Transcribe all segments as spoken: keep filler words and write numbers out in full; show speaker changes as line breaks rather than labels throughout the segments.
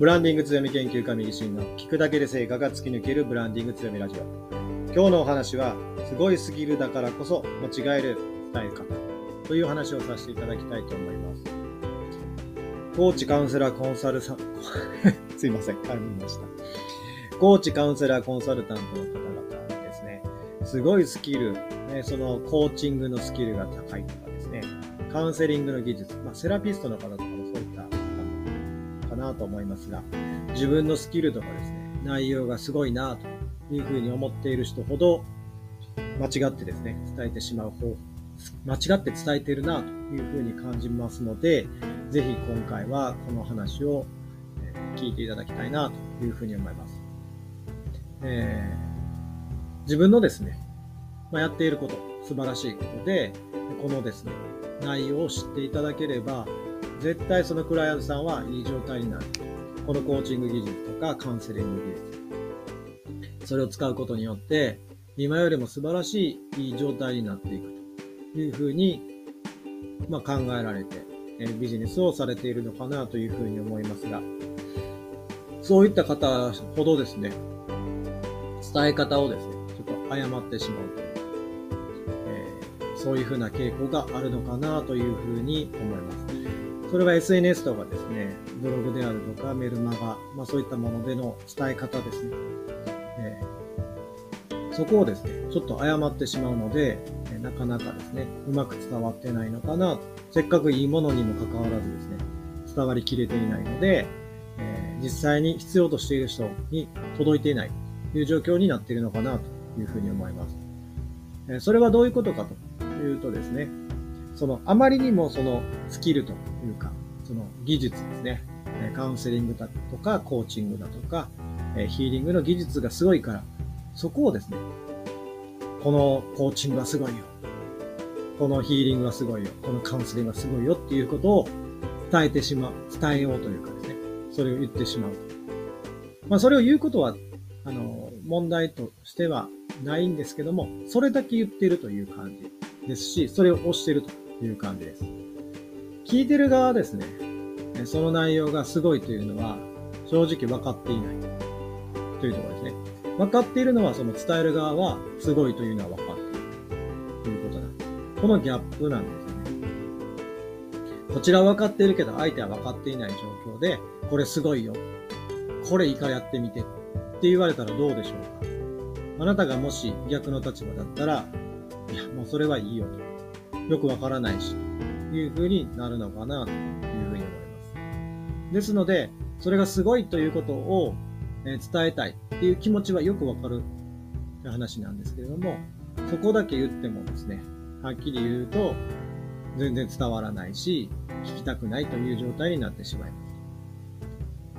ブランディング強み研究家右進の聞くだけで成果が突き抜けるブランディング強みラジオ。今日のお話は、すごいスキルだからこそ間違える伝え方という話をさせていただきたいと思います。コーチ、カウンセラー、コンサルさん、すいません、噛みました。コーチ、カウンセラー、コンサルタントの方々ですね、すごいスキル、ね、そのコーチングのスキルが高いとかですね、カウンセリングの技術、まあ、セラピストの方とかもそういった方かなと思いますが、自分のスキルとかですね、内容がすごいなというふうに思っている人ほど間違ってですね、伝えてしまう方、間違って伝えているなというふうに感じますので、ぜひ今回はこの話を聞いていただきたいなというふうに思います。えー、自分のですね、まあ、やっていること、素晴らしいことで、このですね、内容を知っていただければ、絶対そのクライアントさんはいい状態になる。このコーチング技術とかカウンセリング技術。それを使うことによって、今よりも素晴らしいいい状態になっていくというふうに、まあ、考えられて、ビジネスをされているのかなというふうに思いますが、そういった方ほどですね、伝え方をですね、ちょっと誤ってしまうというか、えー、そういうふうな傾向があるのかなというふうに思います。それは エスエヌエス とかですね、ブログであるとかメルマガ、まあそういったものでの伝え方ですね。えー、そこをですね、ちょっと誤ってしまうので、えー、なかなかですね、うまく伝わってないのかなと。せっかくいいものにもかかわらずですね、伝わりきれていないので、えー、実際に必要としている人に届いていないという状況になっているのかなというふうに思います。えー、それはどういうことかというとですね、そのあまりにもそのスキルというか、その技術ですね、カウンセリングだとか、コーチングだとか、ヒーリングの技術がすごいから、そこをですね、このコーチングはすごいよ。このヒーリングはすごいよ。このカウンセリングはすごいよっていうことを伝えてしまう、伝えようというかですね、それを言ってしまうと。まあそれを言うことは、あの、問題としてはないんですけども、それだけ言っているという感じですし、それを推しているという感じです。聞いてる側はですね、その内容がすごいというのは正直分かっていないというところですね。分かっているのはその伝える側はすごいというのは分かっているということなんです。このギャップなんですよね。こちらは分かっているけど相手は分かっていない状況で、これすごいよ。これいいからやってみてって言われたらどうでしょうか。あなたがもし逆の立場だったら、いやもうそれはいいよと。よく分からないし。という風になるのかなというふうに思います。ですので、それがすごいということを伝えたいっていう気持ちはよくわかる話なんですけれども、そこだけ言ってもですね、はっきり言うと全然伝わらないし、聞きたくないという状態になってしまいます。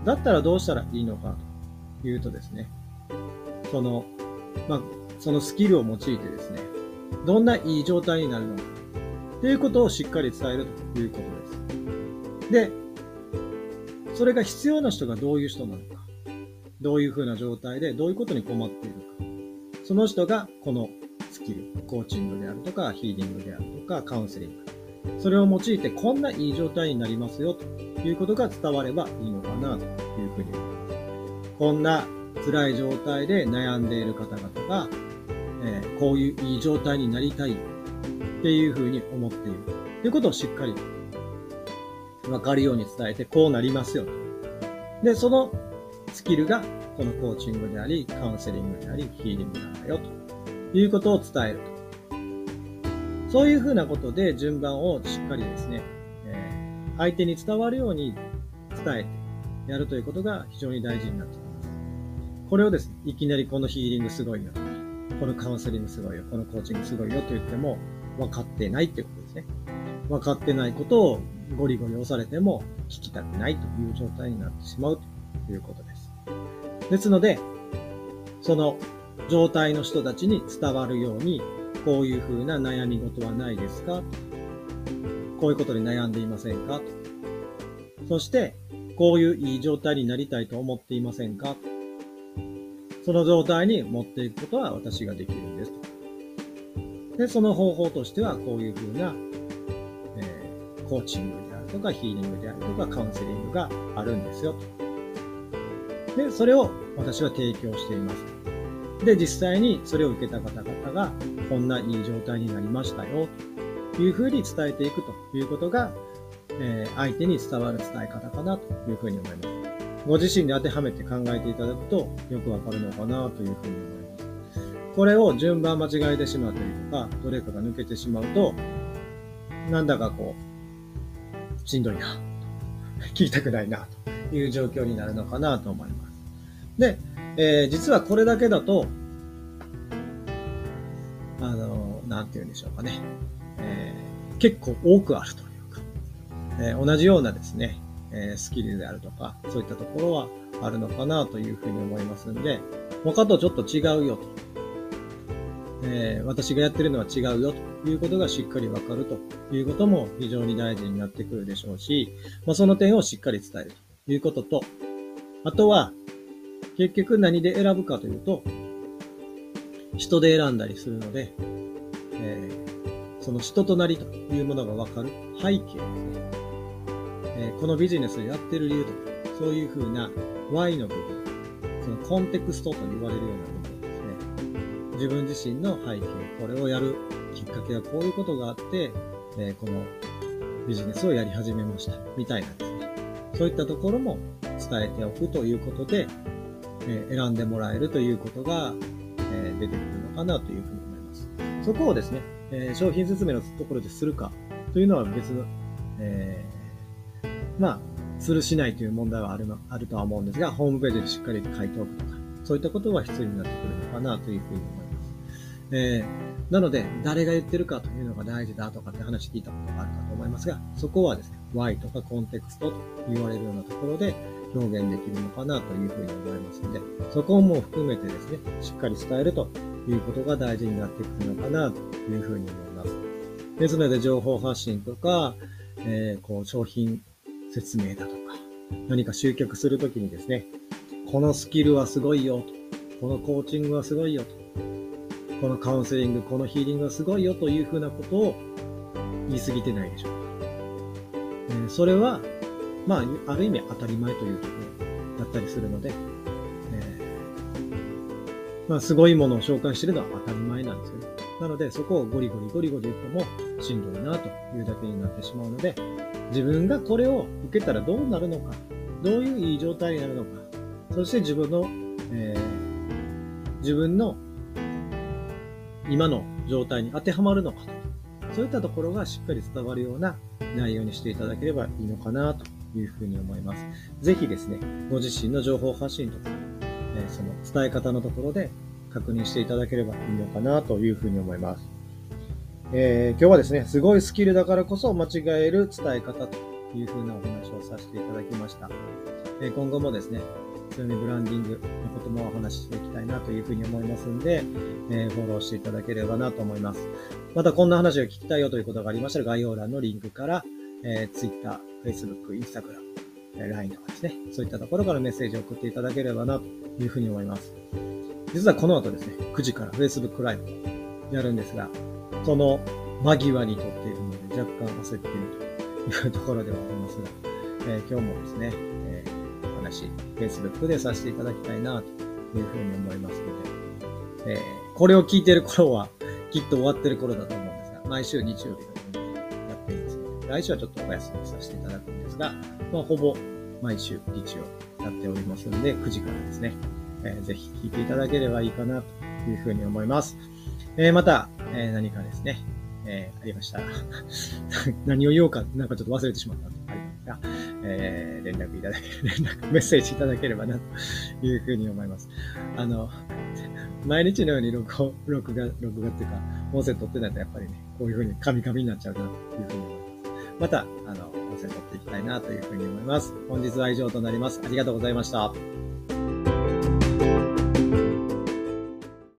だったらどうしたらいいのかというとですね、その、まあ、そのスキルを用いてですね、どんないい状態になるのか、ということをしっかり伝えるということです。で、それが必要な人がどういう人なのか、どういうふうな状態でどういうことに困っているか、その人がこのスキル、コーチングであるとか、ヒーリングであるとか、カウンセリング、それを用いてこんないい状態になりますよということが伝わればいいのかなというふうに思います。こんな辛い状態で悩んでいる方々が、えー、こういういい状態になりたいっていうふうに思っているということをしっかり分かるように伝えて、こうなりますよと。で、そのスキルがこのコーチングであり、カウンセリングであり、ヒーリングなんだよということを伝えると。そういうふうなことで順番をしっかりですね、えー、相手に伝わるように伝えてやるということが非常に大事になってきます。これをですね、いきなりこのヒーリングすごいよとか、このカウンセリングすごいよ、このコーチングすごいよと言っても、分かってないってことですね。分かってないことをゴリゴリ押されても聞きたくないという状態になってしまうということです。ですので、その状態の人たちに伝わるように、こういうふうな悩み事はないですか？こういうことで悩んでいませんか？そして、こういういい状態になりたいと思っていませんか？その状態に持っていくことは私ができるんですと。で、その方法としては、こういうふうな、えー、コーチングであるとか、ヒーリングであるとか、カウンセリングがあるんですよと。 で、それを私は提供しています。で、実際にそれを受けた方々が、こんないい状態になりましたよ、というふうに伝えていくということが、えー、相手に伝わる伝え方かなというふうに思います。ご自身で当てはめて考えていただくとよくわかるのかなというふうに思います。これを順番間違えてしまったりとか、どれかが抜けてしまうと、なんだかこう、しんどいな、聞きたくないな、という状況になるのかなと思います。で、えー、実はこれだけだと、あの、なんて言うんでしょうかね。えー、結構多くあるというか、えー、同じようなですね、えー、スキルであるとか、そういったところはあるのかなというふうに思いますんで、他とちょっと違うよと。えー、私がやってるのは違うよということがしっかりわかるということも非常に大事になってくるでしょうし、まあ、その点をしっかり伝えるということと、あとは、結局何で選ぶかというと、人で選んだりするので、えー、その人となりというものがわかる背景ですね、えー。このビジネスをやってる理由とか、そういうふうな Y の部分、そのコンテクストと言われるような部分ですね。自分自身の背景、これをやるきっかけはこういうことがあって、えー、このビジネスをやり始めました、みたいなですね。そういったところも伝えておくということで、えー、選んでもらえるということが、えー、出てくるのかなというふうに思います。そこをですね、えー、商品説明のところでするかというのは別の、えー、まあ、するしないという問題はあるの、あるとは思うんですが、ホームページでしっかり書いておくとか、そういったことは必要になってくるのかなというふうに思います。えー、なので、誰が言ってるかというのが大事だとかって話聞いたことがあるかと思いますが、そこはですね、Y とかコンテクストと言われるようなところで表現できるのかなというふうに思いますので、そこも含めてですね、しっかり伝えるということが大事になってくるのかなというふうに思います。ですので、情報発信とか、えー、こう商品説明だとか、何か集客するときにですね、このスキルはすごいよと、このコーチングはすごいよと、このカウンセリング、このヒーリングはすごいよというふうなことを言い過ぎてないでしょうか。えー、それは、まあ、ある意味当たり前というところだったりするので、えー、まあ、すごいものを紹介しているのは当たり前なんですよね。なので、そこをゴリゴリゴリゴリ言ってもしんどいなというだけになってしまうので、自分がこれを受けたらどうなるのか、どういういい状態になるのか、そして自分の、えー、自分の今の状態に当てはまるのかと、そういったところがしっかり伝わるような内容にしていただければいいのかなというふうに思います。ぜひですね、ご自身の情報発信とか、えー、その伝え方のところで確認していただければいいのかなというふうに思います。えー、今日はですね、すごいスキルだからこそ間違える伝え方というふうなお話をさせていただきました。えー、今後もですね、強みブランディングのこともお話ししていきたいなというふうに思いますんで、えー、フォローしていただければなと思います。またこんな話を聞きたいよということがありましたら、概要欄のリンクから、えー、Twitter、Facebook、Instagram、ライン とかですね、そういったところからメッセージを送っていただければなというふうに思います。実はこの後ですね、くじから Facebook ライブをやるんですが、その間際に撮っているので若干焦っているというところではありますが、えー、今日もですね、えー、お話、Facebook でさせていただきたいなというふうに思いますので、えー、これを聞いている頃はきっと終わっている頃だと思うんですが、毎週日曜日のようにやっていますので、来週はちょっとお休みさせていただくんですが、まあ、ほぼ毎週日曜やっておりますので、くじからですね、えー、ぜひ聞いていただければいいかなというふうに思います。えー、また、えー、何かですね、えー、ありましたら何を言おうかなんかちょっと忘れてしまったとありますが、えー、連絡いただけ連絡メッセージいただければなというふうに思います。あの毎日のように録音録画録画っていうか音声取ってないとやっぱりねこういうふうにカミカミになっちゃうなというふうに思います。またあの音声取っていきたいなというふうに思います。本日は以上となります。ありがとうございました。